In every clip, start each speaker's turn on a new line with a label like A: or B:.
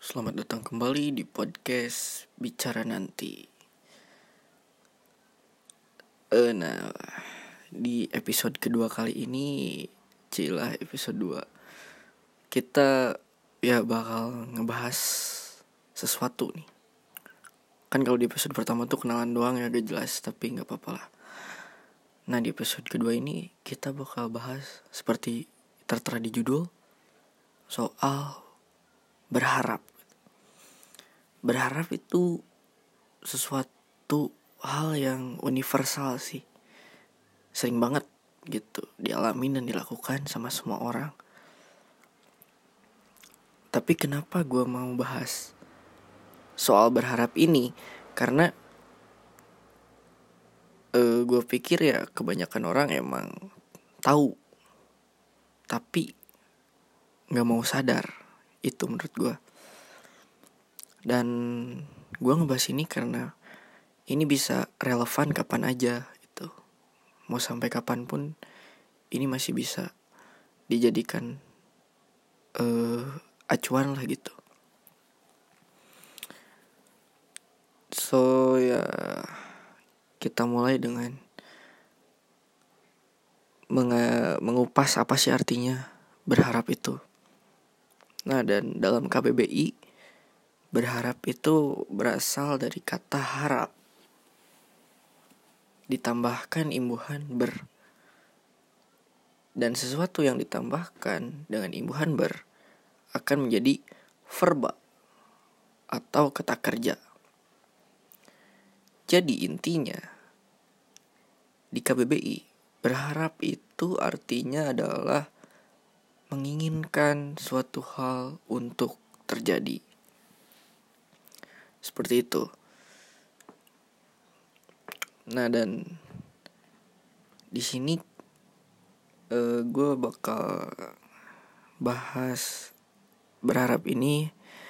A: Selamat datang kembali di podcast Bicara Nanti. Nah, di episode kedua kali ini, episode 2, kita bakal ngebahas sesuatu nih. Kan kalau di episode pertama tuh kenalan doang ya, agak jelas, tapi gak apa-apa lah. Nah, di episode kedua ini kita bakal bahas seperti tertera di judul, soal berharap. Berharap itu sesuatu hal yang universal sih. Sering banget gitu dialami dan dilakukan sama semua orang. Tapi kenapa gue mau bahas soal berharap ini? Karena gue pikir ya kebanyakan orang emang tahu, tapi gak mau sadar. Itu menurut gue. Dan gue ngebahas ini karena ini bisa relevan kapan aja gitu. Mau sampai kapanpun ini masih bisa dijadikan acuan lah gitu. So ya, kita mulai dengan mengupas apa sih artinya berharap itu. Nah, dan dalam KBBI, berharap itu berasal dari kata harap ditambahkan imbuhan ber. Dan sesuatu yang ditambahkan dengan imbuhan ber akan menjadi verba atau kata kerja. Jadi intinya di KBBI, berharap itu artinya adalah menginginkan suatu hal untuk terjadi. Seperti itu. Nah, dan di sini gue bakal bahas berharap ini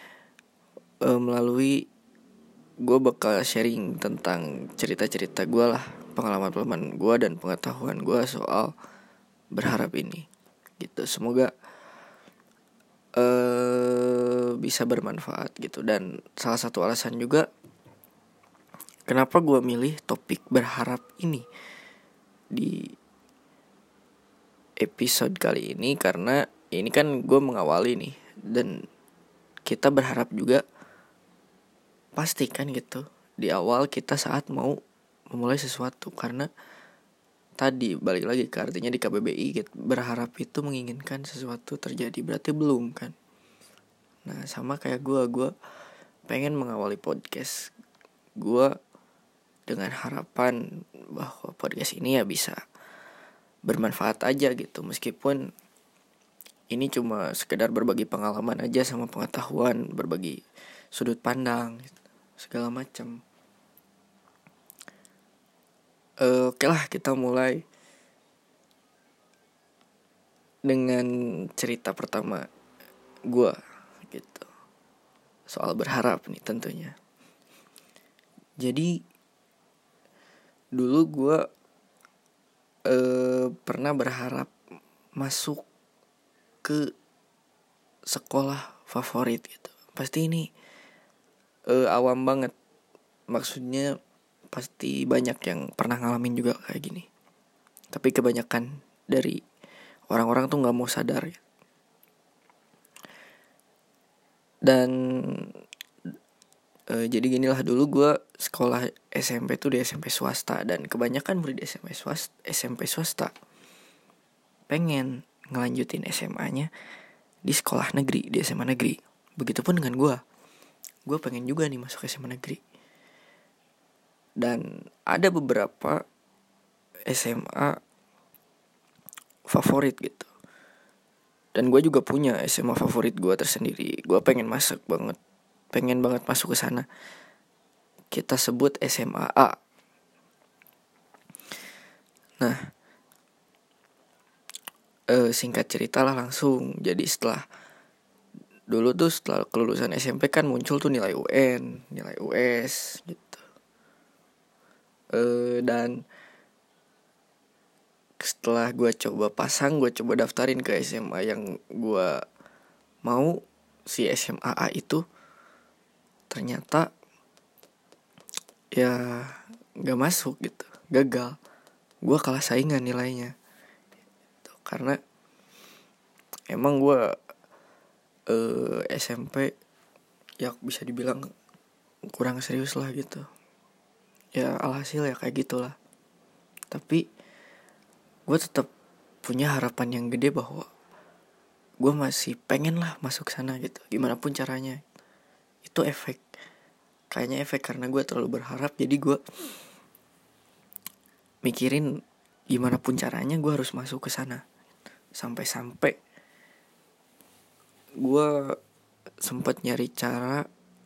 A: melalui gue bakal sharing tentang cerita-cerita gue lah, pengalaman-pengalaman gue dan pengetahuan gue soal berharap ini gitu. Semoga bisa bermanfaat gitu. Dan salah satu alasan juga kenapa gue milih topik berharap ini di episode kali ini, karena ini kan gue mengawali nih, dan kita berharap juga pastikan gitu di awal kita saat mau memulai sesuatu. Karena tadi balik lagi ke artinya di KBBI gitu, berharap itu menginginkan sesuatu terjadi, berarti belum kan. Nah, sama kayak gue pengen mengawali podcast gue dengan harapan bahwa podcast ini ya bisa bermanfaat aja gitu. Meskipun ini cuma sekedar berbagi pengalaman aja sama pengetahuan, berbagi sudut pandang gitu, segala macam. Oke lah, kita mulai dengan cerita pertama gue gitu, soal berharap nih tentunya. Jadi dulu gue pernah berharap masuk ke sekolah favorit gitu. Pasti ini awam banget, maksudnya pasti banyak yang pernah ngalamin juga kayak gini. Tapi kebanyakan dari orang-orang tuh gak mau sadar ya. Dan jadi ginilah, dulu gue sekolah SMP tuh di SMP swasta. Dan kebanyakan murid SMP swasta pengen ngelanjutin SMA-nya di sekolah negeri, di SMA negeri. Begitupun dengan gue pengen juga nih masuk SMA negeri. Dan ada beberapa SMA favorit gitu. Dan gue juga punya SMA favorit gue tersendiri. Gue pengen banget masuk ke sana. Kita sebut SMA A. Nah, singkat cerita lah langsung. Jadi setelah kelulusan SMP kan muncul tuh nilai UN, nilai US gitu. Dan setelah gue coba daftarin ke SMA yang gue mau, si SMA A itu ternyata ya gak masuk gitu, gagal. Gue kalah saingan nilainya gitu. Karena emang gue SMP ya bisa dibilang kurang serius lah gitu. Ya alhasil ya kayak gitulah. Tapi gue tetap punya harapan yang gede bahwa gue masih pengen lah masuk sana gitu, gimana pun caranya. Itu kayaknya efek karena gue terlalu berharap. Jadi gue mikirin gimana pun caranya gue harus masuk ke sana. Sampai-sampai gue sempat nyari cara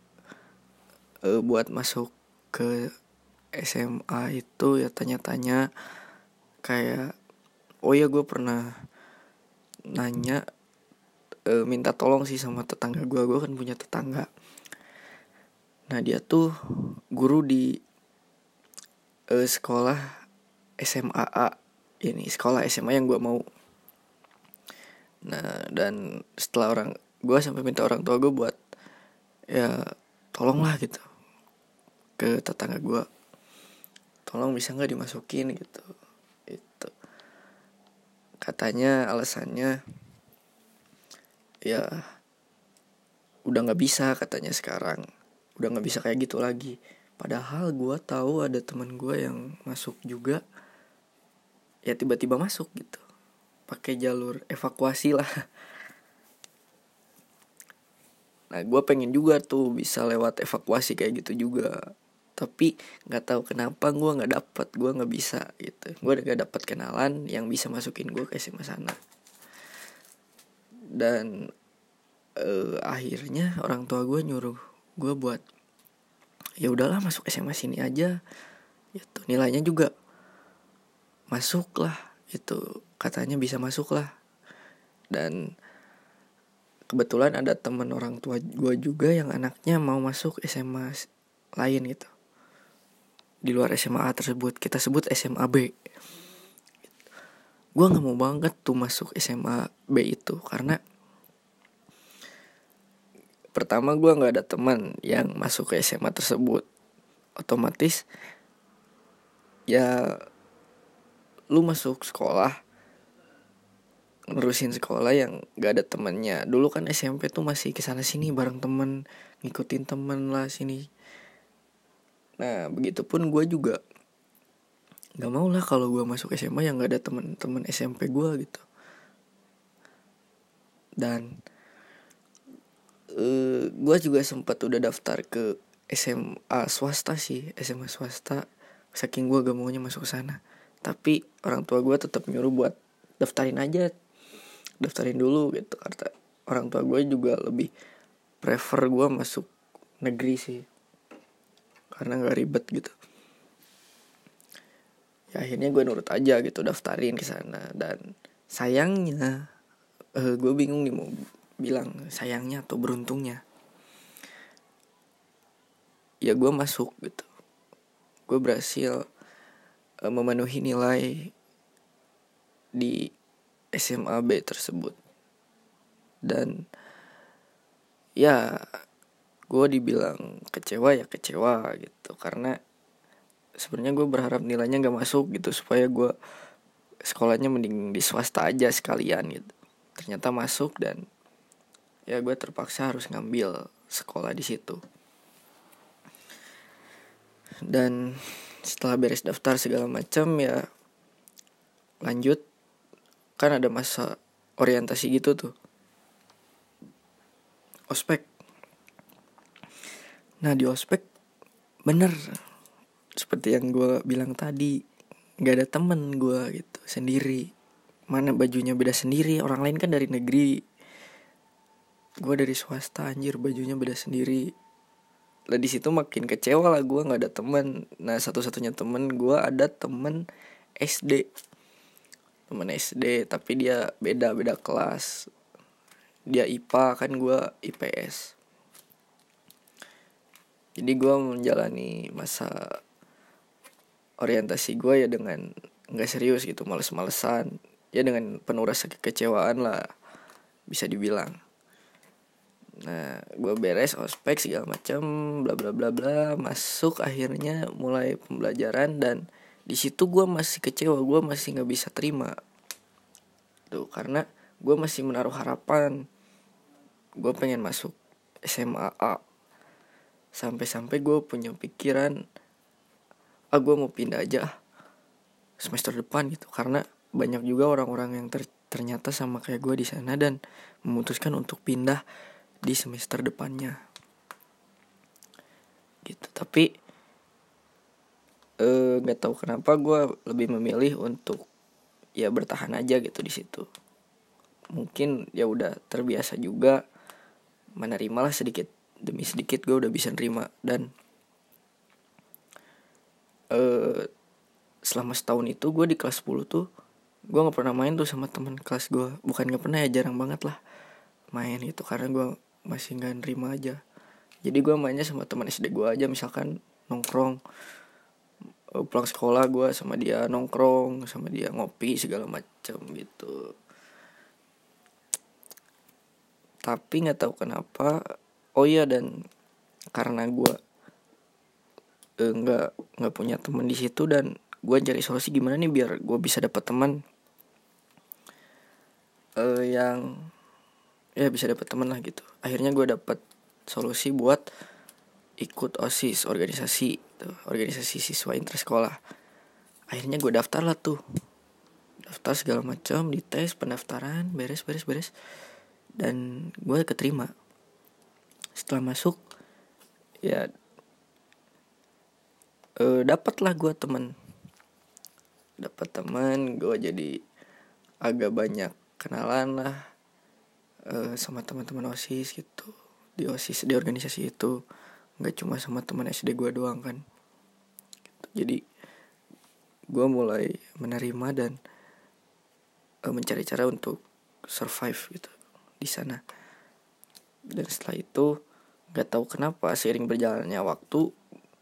A: buat masuk ke SMA itu. Ya tanya-tanya kayak, oh ya gue pernah nanya, minta tolong sih sama tetangga gue kan punya tetangga. Nah dia tuh guru di sekolah SMAA, ini sekolah SMA yang gue mau. Nah dan setelah gue sampai minta orang tua gue buat ya tolonglah gitu ke tetangga gue, tolong bisa nggak dimasukin gitu. Itu katanya alasannya ya udah nggak bisa katanya sekarang, udah nggak bisa kayak gitu lagi. Padahal gue tahu ada teman gue yang masuk juga, ya tiba-tiba masuk gitu, pakai jalur evakuasi lah. Nah gue pengen juga tuh bisa lewat evakuasi kayak gitu juga, tapi nggak tahu kenapa gue nggak bisa gitu. Gue nggak dapet kenalan yang bisa masukin gue ke SMA sana. Dan akhirnya orang tua gue nyuruh gue buat ya udahlah masuk SMA sini aja gitu, nilainya juga masuk lah itu, katanya bisa masuk lah. Dan kebetulan ada teman orang tua gue juga yang anaknya mau masuk SMA lain gitu, di luar SMA A tersebut, kita sebut SMA B. Gue nggak mau banget tuh masuk SMA B itu karena pertama gue nggak ada teman yang masuk ke SMA tersebut. Otomatis ya lu masuk sekolah, nerusin sekolah yang gak ada temennya. Dulu kan SMP tuh masih kesana sini bareng temen, ngikutin temen lah sini. Nah begitupun gue juga gak mau lah kalau gue masuk SMA yang gak ada temen-temen SMP gue gitu. Dan gue juga sempat udah daftar ke SMA swasta sih, SMA swasta, saking gue gak maunya masuk sana. Tapi orang tua gue tetap nyuruh buat daftarin dulu gitu, karena orang tua gue juga lebih prefer gue masuk negeri sih karena nggak ribet gitu. Ya akhirnya gue nurut aja gitu, daftarin ke sana. Dan sayangnya gue bingung nih mau bilang sayangnya atau beruntungnya, ya gue masuk gitu, gue berhasil memenuhi nilai di SMA B tersebut. Dan ya gue dibilang kecewa ya kecewa gitu, karena sebenarnya gue berharap nilainya gak masuk gitu supaya gue sekolahnya mending di swasta aja sekalian gitu. Ternyata masuk dan ya gue terpaksa harus ngambil sekolah di situ. Dan setelah beres daftar segala macam ya lanjut, kan ada masa orientasi gitu tuh, ospek. Nah di ospek bener seperti yang gue bilang tadi, gak ada temen gue gitu, sendiri. Mana bajunya beda sendiri, orang lain kan dari negeri, gue dari swasta, anjir bajunya beda sendiri. Lah di situ makin kecewa lah gue, nggak ada teman. Nah satu-satunya temen gue ada temen SD, tapi dia beda kelas. Dia IPA, kan gue IPS. Jadi gue menjalani masa orientasi gue ya dengan nggak serius gitu, males-malesan, ya dengan penuh rasa kekecewaan lah bisa dibilang. Nah, gue beres ospek segala macam, bla bla bla bla, masuk akhirnya mulai pembelajaran. Dan di situ gue masih kecewa, gue masih nggak bisa terima tuh, karena gue masih menaruh harapan gue pengen masuk SMA A. Sampai-sampai gue punya pikiran, gue mau pindah aja semester depan gitu, karena banyak juga orang-orang yang ternyata sama kayak gue di sana dan memutuskan untuk pindah di semester depannya gitu. Tapi nggak tahu kenapa gue lebih memilih untuk ya bertahan aja gitu di situ. Mungkin ya udah terbiasa juga, menerimalah sedikit demi sedikit gue udah bisa nerima. Dan selama setahun itu gue di kelas 10 tuh gue nggak pernah main tuh sama teman kelas gue. Bukan nggak pernah ya, jarang banget lah main itu, karena gue masih nggak nerima aja. Jadi gue mainnya sama teman SD gue aja, misalkan nongkrong, pulang sekolah gue sama dia nongkrong, sama dia ngopi segala macam gitu. Tapi nggak tahu kenapa, oh iya, dan karena gue nggak punya teman di situ, dan gue cari solusi gimana nih biar gue bisa dapat teman yang ya bisa dapat teman lah gitu. Akhirnya gue dapat solusi buat ikut OSIS, organisasi siswa intrasekolah. Akhirnya gue daftar lah tuh, daftar segala macam, dites, pendaftaran, beres, dan gue keterima. Setelah masuk ya dapatlah gue dapat teman, gue jadi agak banyak kenalan lah sama teman-teman OSIS gitu. Di OSIS, di organisasi itu nggak cuma sama teman SD gue doang kan gitu. Jadi gue mulai menerima dan mencari cara untuk survive gitu di sana. Dan setelah itu nggak tahu kenapa seiring berjalannya waktu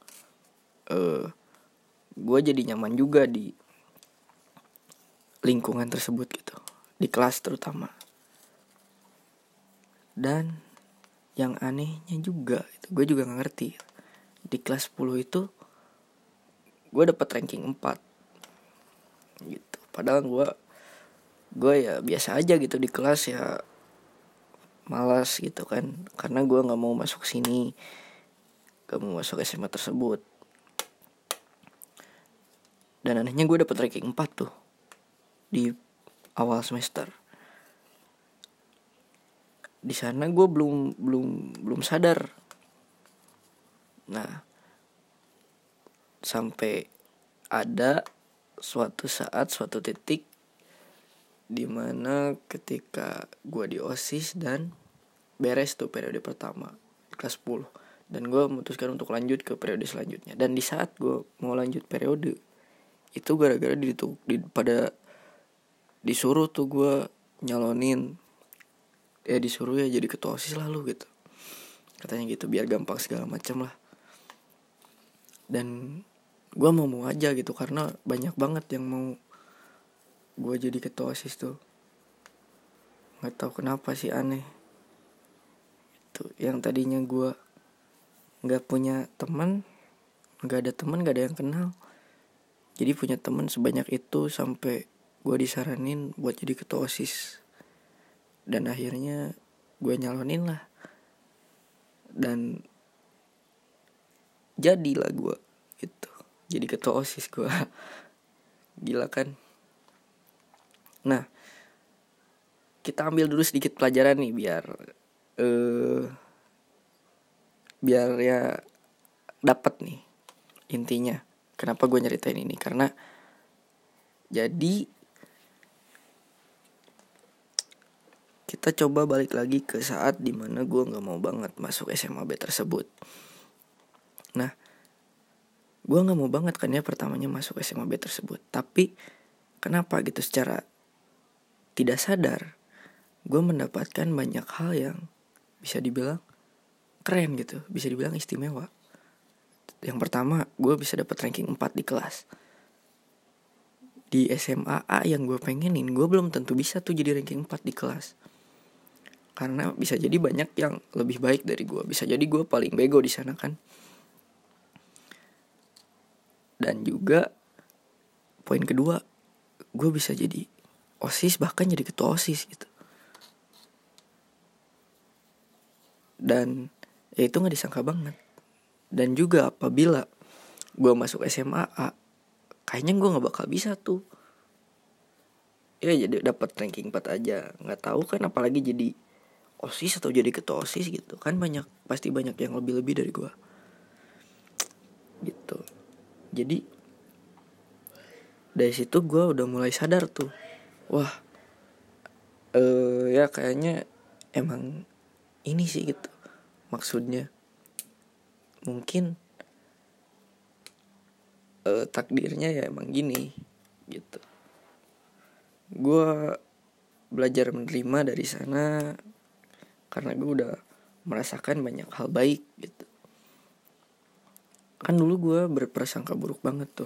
A: gue jadi nyaman juga di lingkungan tersebut gitu, di kelas terutama. Dan yang anehnya juga itu, gue juga gak ngerti, di kelas 10 itu gue dapet ranking 4 gitu. Padahal gue ya biasa aja gitu di kelas, ya malas gitu kan, karena gue gak mau masuk sini, gak mau masuk SMA tersebut. Dan anehnya gue dapet ranking 4 tuh di awal semester. Di sana gue belum sadar. Nah, sampai ada suatu saat, suatu titik dimana ketika gue di OSIS dan beres tuh periode pertama kelas 10, dan gue memutuskan untuk lanjut ke periode selanjutnya. Dan di saat gue mau lanjut periode itu, gara-gara disuruh tuh gue nyalonin, ya disuruh ya jadi ketua OSIS lah lu gitu, katanya gitu, biar gampang segala macam lah. Dan gue mau aja gitu, karena banyak banget yang mau gue jadi ketua OSIS tuh. Nggak tahu kenapa sih, aneh itu. Yang tadinya gue nggak punya teman, nggak ada teman, nggak ada yang kenal, jadi punya teman sebanyak itu, sampai gue disaranin buat jadi ketua OSIS. Dan akhirnya gue nyalonin lah, dan jadilah gue gitu, jadi ketua OSIS gue. Gila kan. Nah, kita ambil dulu sedikit pelajaran nih biar ya dapat nih intinya kenapa gue nyeritain ini. Karena jadi kita coba balik lagi ke saat dimana gue gak mau banget masuk SMA B tersebut. Nah, gue gak mau banget kan ya pertamanya masuk SMA B tersebut. Tapi kenapa gitu, secara tidak sadar gue mendapatkan banyak hal yang bisa dibilang keren gitu, bisa dibilang istimewa. Yang pertama, gue bisa dapat ranking 4 di kelas. Di SMA A yang gue pengenin, gue belum tentu bisa tuh jadi ranking 4 di kelas. Karena bisa jadi banyak yang lebih baik dari gue, bisa jadi gue paling bego di sana kan. Dan juga poin kedua, gue bisa jadi OSIS, bahkan jadi ketua OSIS gitu. Dan ya itu gak disangka banget. Dan juga apabila gue masuk SMA A, kayaknya gue gak bakal bisa tuh. Ya jadi dapat ranking 4 aja. Gak tahu kan apalagi jadi OSIS atau jadi ketua OSIS gitu. Kan pasti banyak yang lebih-lebih dari gue gitu. Jadi dari situ gue udah mulai sadar tuh, wah ya kayaknya emang ini sih gitu. Maksudnya mungkin takdirnya ya emang gini gitu. Gue belajar menerima dari sana karena gue udah merasakan banyak hal baik gitu. Kan dulu gue berprasangka buruk banget tuh,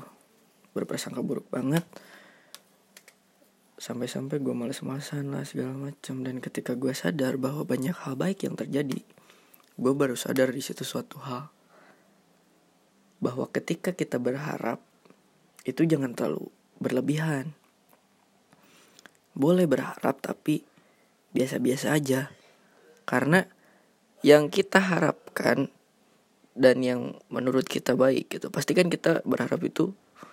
A: sampai-sampai gue malas-malasan lah segala macam. Dan ketika gue sadar bahwa banyak hal baik yang terjadi, gue baru sadar di situ suatu hal, bahwa ketika kita berharap itu jangan terlalu berlebihan. Boleh berharap tapi biasa-biasa aja. Karena yang kita harapkan dan yang menurut kita baik gitu, pasti kan kita berharap itu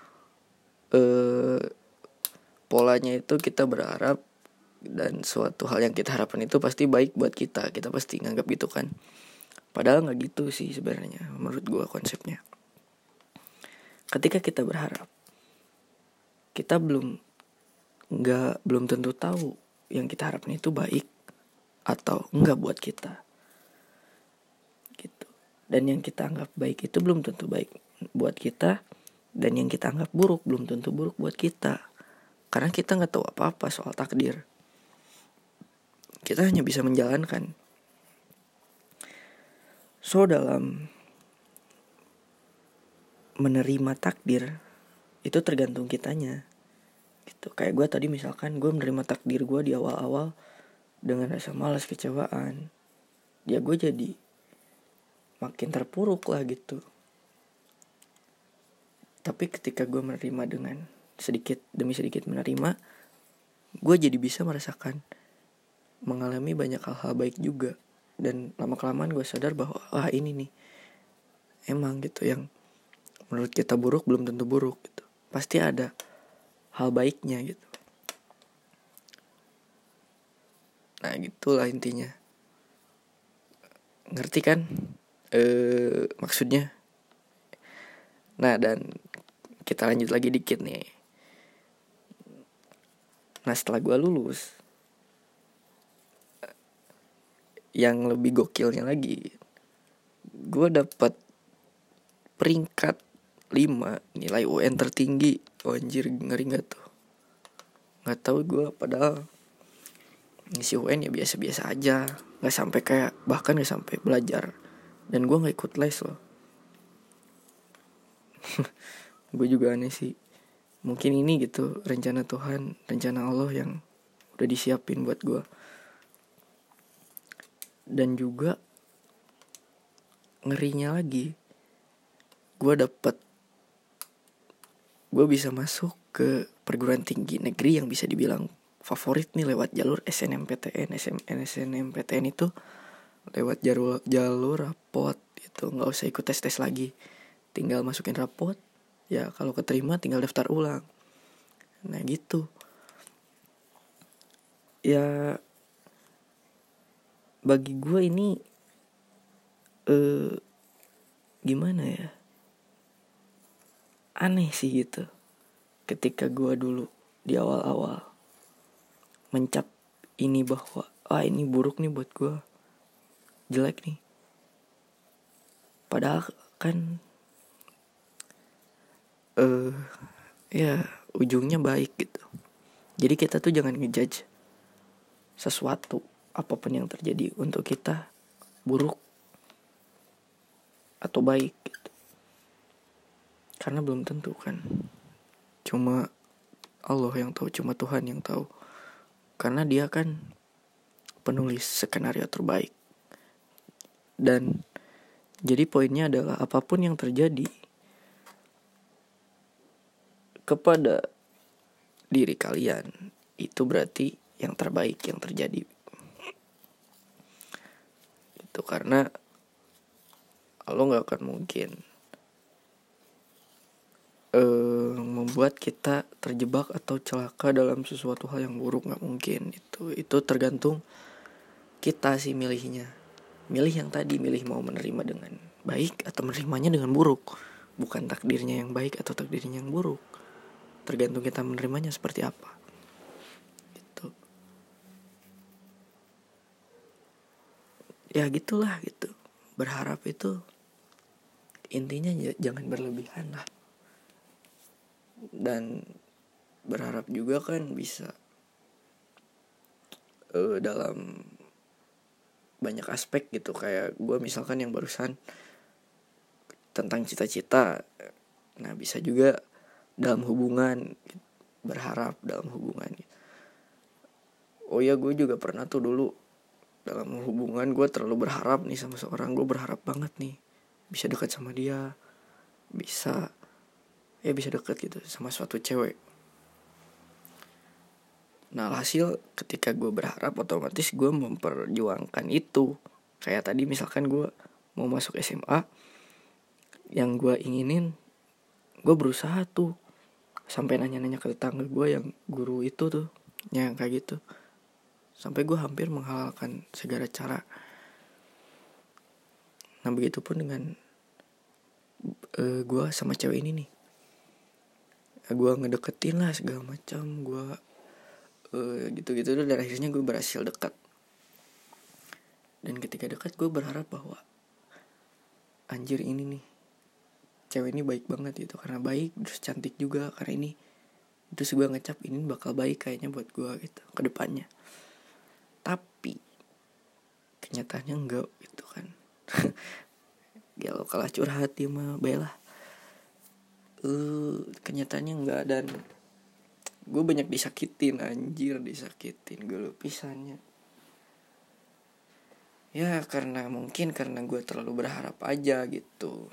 A: polanya itu kita berharap, dan suatu hal yang kita harapkan itu pasti baik buat kita. Kita pasti nganggap gitu kan. Padahal gak gitu sih sebenarnya menurut gue konsepnya. Ketika kita berharap, kita belum tentu tahu yang kita harapkan itu baik atau enggak buat kita gitu. Dan yang kita anggap baik itu belum tentu baik buat kita, dan yang kita anggap buruk belum tentu buruk buat kita. Karena kita gak tahu apa-apa soal takdir. Kita hanya bisa menjalankan. So dalam menerima takdir itu tergantung kitanya gitu. Kayak gue tadi misalkan gue menerima takdir gue di awal-awal dengan rasa malas, kecewaan, ya gue jadi makin terpuruk lah gitu. Tapi ketika gue menerima dengan sedikit demi sedikit menerima, gue jadi bisa merasakan, mengalami banyak hal-hal baik juga. Dan lama-kelamaan gue sadar bahwa wah ini nih emang gitu, yang menurut kita buruk belum tentu buruk gitu. Pasti ada hal baiknya gitu. Nah gitulah intinya. Ngerti kan maksudnya? Nah dan kita lanjut lagi dikit nih. Nah setelah gue lulus, yang lebih gokilnya lagi, gue dapet peringkat 5 nilai UN tertinggi. Oh, anjir, ngeri gak tuh? Gak tahu gue, padahal ngisi UN ya biasa-biasa aja, gak sampai kayak, bahkan gak sampai belajar. Dan gue gak ikut les loh. Gue juga aneh sih. Mungkin ini gitu rencana Tuhan, rencana Allah yang udah disiapin buat gue. Dan juga ngerinya lagi, gue bisa masuk ke perguruan tinggi negeri yang bisa dibilang favorit nih lewat jalur SNMPTN. SNMPTN itu lewat jalur rapot gitu, nggak usah ikut tes lagi, tinggal masukin rapot, ya kalau keterima tinggal daftar ulang. Nah gitu ya, bagi gue ini gimana ya, aneh sih gitu. Ketika gue dulu di awal-awal mencap ini bahwa ini buruk nih buat gue, jelek nih, padahal kan ya ujungnya baik gitu. Jadi kita tuh jangan ngejudge sesuatu apapun yang terjadi untuk kita buruk atau baik gitu. Karena belum tentu kan. Cuma Allah yang tahu, cuma Tuhan yang tahu. Karena dia kan penulis skenario terbaik. Dan jadi poinnya adalah apapun yang terjadi kepada diri kalian, itu berarti yang terbaik yang terjadi. Itu karena lo gak akan mungkin membuat kita terjebak atau celaka dalam sesuatu hal yang buruk, gak mungkin. Itu tergantung kita sih milihnya. Milih yang tadi, milih mau menerima dengan baik atau menerimanya dengan buruk. Bukan takdirnya yang baik atau takdirnya yang buruk. Tergantung kita menerimanya seperti apa. Gitu. Ya gitulah gitu. Berharap itu intinya jangan berlebihan lah. Dan berharap juga kan bisa dalam banyak aspek gitu. Kayak gue misalkan yang barusan tentang cita-cita. Nah bisa juga dalam hubungan, berharap dalam hubungan. Oh ya, gue juga pernah tuh dulu dalam hubungan gue terlalu berharap nih sama seorang. Gue berharap banget nih bisa dekat sama dia, bisa dekat gitu sama suatu cewek. Nah hasil ketika gue berharap, otomatis gue memperjuangkan itu. Kayak tadi misalkan gue mau masuk SMA, yang gue inginin, gue berusaha tuh sampai nanya-nanya ke tetangga gue yang guru itu tuh, yang kayak gitu. Sampai gue hampir menghalalkan segala cara. Nah begitu pun dengan gue sama cewek ini nih. Gue ngedeketin lah segala macam, gue gitu-gitu tuh, dan akhirnya gue berhasil dekat. Dan ketika dekat gue berharap bahwa anjir ini nih cewek ini baik banget gitu, karena baik terus cantik juga, karena ini. Terus gue ngecap ini bakal baik kayaknya buat gue gitu ke depannya. Tapi kenyataannya enggak gitu kan. Galau kalah curhat dia mah baiklah. Kenyataannya enggak, dan gue banyak disakitin, anjir disakitin gue pisannya. Ya karena gue terlalu berharap aja gitu.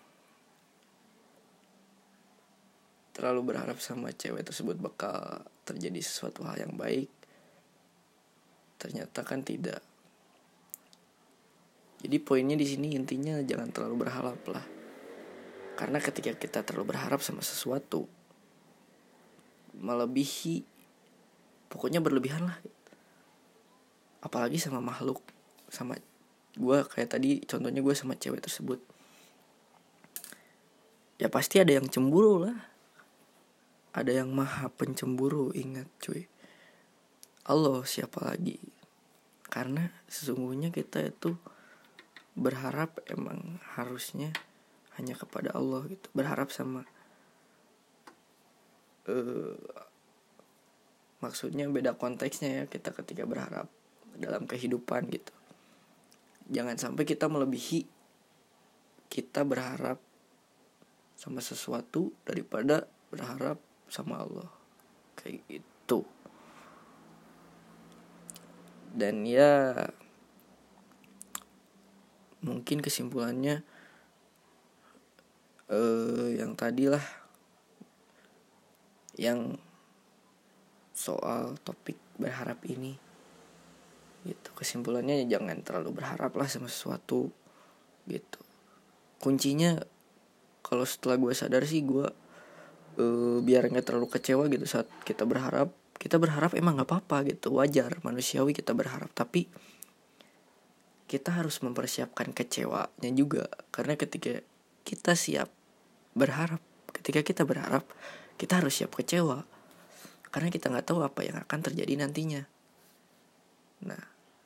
A: Terlalu berharap sama cewek tersebut bakal terjadi sesuatu hal yang baik. Ternyata kan tidak. Jadi poinnya di sini intinya jangan terlalu berharap lah. Karena ketika kita terlalu berharap sama sesuatu, melebihi, pokoknya berlebihan lah. Apalagi sama makhluk, sama gue kayak tadi contohnya gue sama cewek tersebut. Ya pasti ada yang cemburu lah. Ada yang maha pencemburu, ingat cuy. Allah siapa lagi? Karena sesungguhnya kita itu berharap emang harusnya hanya kepada Allah gitu. Berharap sama maksudnya beda konteksnya ya kita ketika berharap dalam kehidupan gitu. Jangan sampai kita melebihi kita berharap sama sesuatu daripada berharap sama Allah. Kayak gitu. Dan ya mungkin kesimpulannya yang tadi lah, yang soal topik berharap ini gitu. Kesimpulannya jangan terlalu berharap lah sama sesuatu gitu. Kuncinya kalau setelah gue sadar sih, gue biar gak terlalu kecewa gitu saat kita berharap. Kita berharap emang gak apa-apa gitu, wajar, manusiawi kita berharap. Tapi kita harus mempersiapkan kecewanya juga. Karena ketika kita siap berharap, ketika kita berharap, kita harus siap kecewa. Karena kita gak tahu apa yang akan terjadi nantinya. Nah,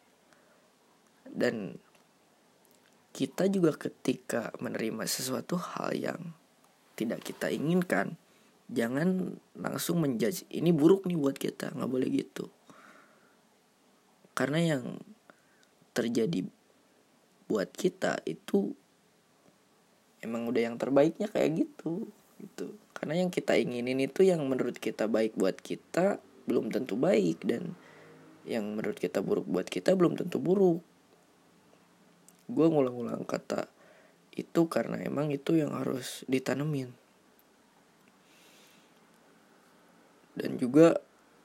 A: dan kita juga ketika menerima sesuatu hal yang tidak kita inginkan, jangan langsung menjudge ini buruk nih buat kita. Gak boleh gitu. Karena yang terjadi buat kita itu emang udah yang terbaiknya kayak gitu. Karena yang kita inginin itu yang menurut kita baik buat kita belum tentu baik. Dan yang menurut kita buruk buat kita belum tentu buruk. Gue ngulang-ulang kata itu karena emang itu yang harus ditanemin. Dan juga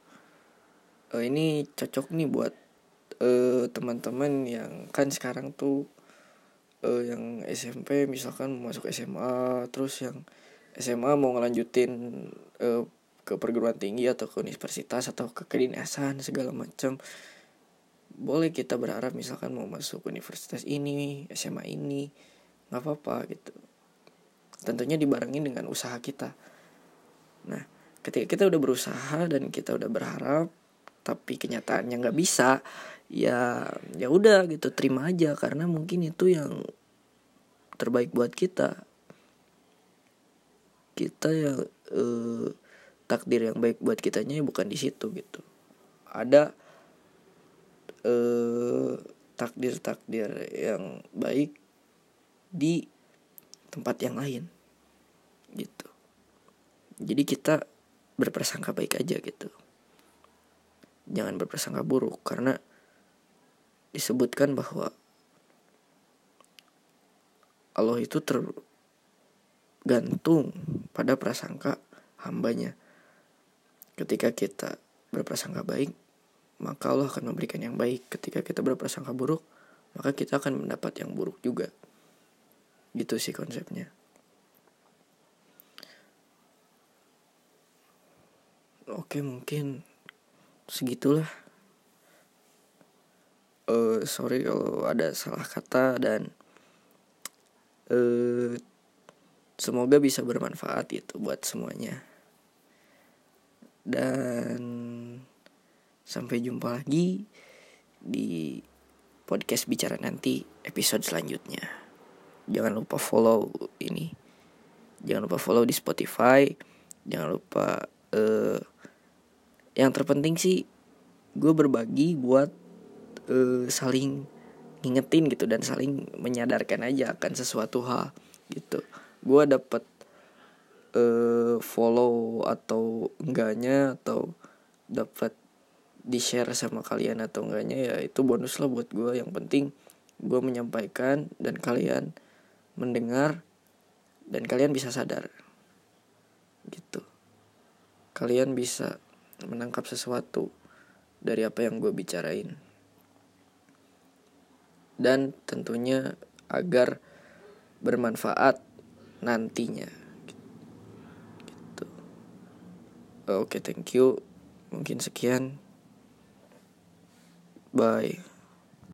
A: ini cocok nih buat teman-teman yang kan sekarang tuh yang SMP misalkan mau masuk SMA, terus yang SMA mau ngelanjutin ke perguruan tinggi atau ke universitas atau ke kedinasan segala macam. Boleh kita berharap misalkan mau masuk universitas ini, SMA ini, nggak apa-apa gitu. Tentunya dibarengin dengan usaha kita. Nah, ketika kita udah berusaha dan kita udah berharap, tapi kenyataannya nggak bisa, ya udah gitu, terima aja karena mungkin itu yang terbaik buat kita. Kita yang takdir yang baik buat kitanya bukan di situ gitu. Ada takdir yang baik di tempat yang lain gitu. Jadi kita berprasangka baik aja gitu. Jangan berprasangka buruk karena disebutkan bahwa Allah itu tergantung pada prasangka hambanya. Ketika kita berprasangka baik, maka Allah akan memberikan yang baik. Ketika kita berprasangka buruk, maka kita akan mendapat yang buruk juga. Gitu sih konsepnya. Oke, mungkin segitulah. Sorry kalau ada salah kata dan semoga bisa bermanfaat itu buat semuanya. Dan sampai jumpa lagi di podcast Bicara Nanti episode selanjutnya. Jangan lupa follow ini. Jangan lupa follow di Spotify. Jangan lupa yang terpenting sih gue berbagi buat saling ngingetin gitu dan saling menyadarkan aja akan sesuatu hal gitu. Gue dapet follow atau enggaknya atau dapat di-share sama kalian atau enggaknya ya itu bonus lah buat gue. Yang penting gue menyampaikan dan kalian mendengar dan kalian bisa sadar gitu. Kalian bisa menangkap sesuatu dari apa yang gue bicarain. Dan tentunya agar bermanfaat nantinya gitu. Oke, thank you. Mungkin sekian. Bye.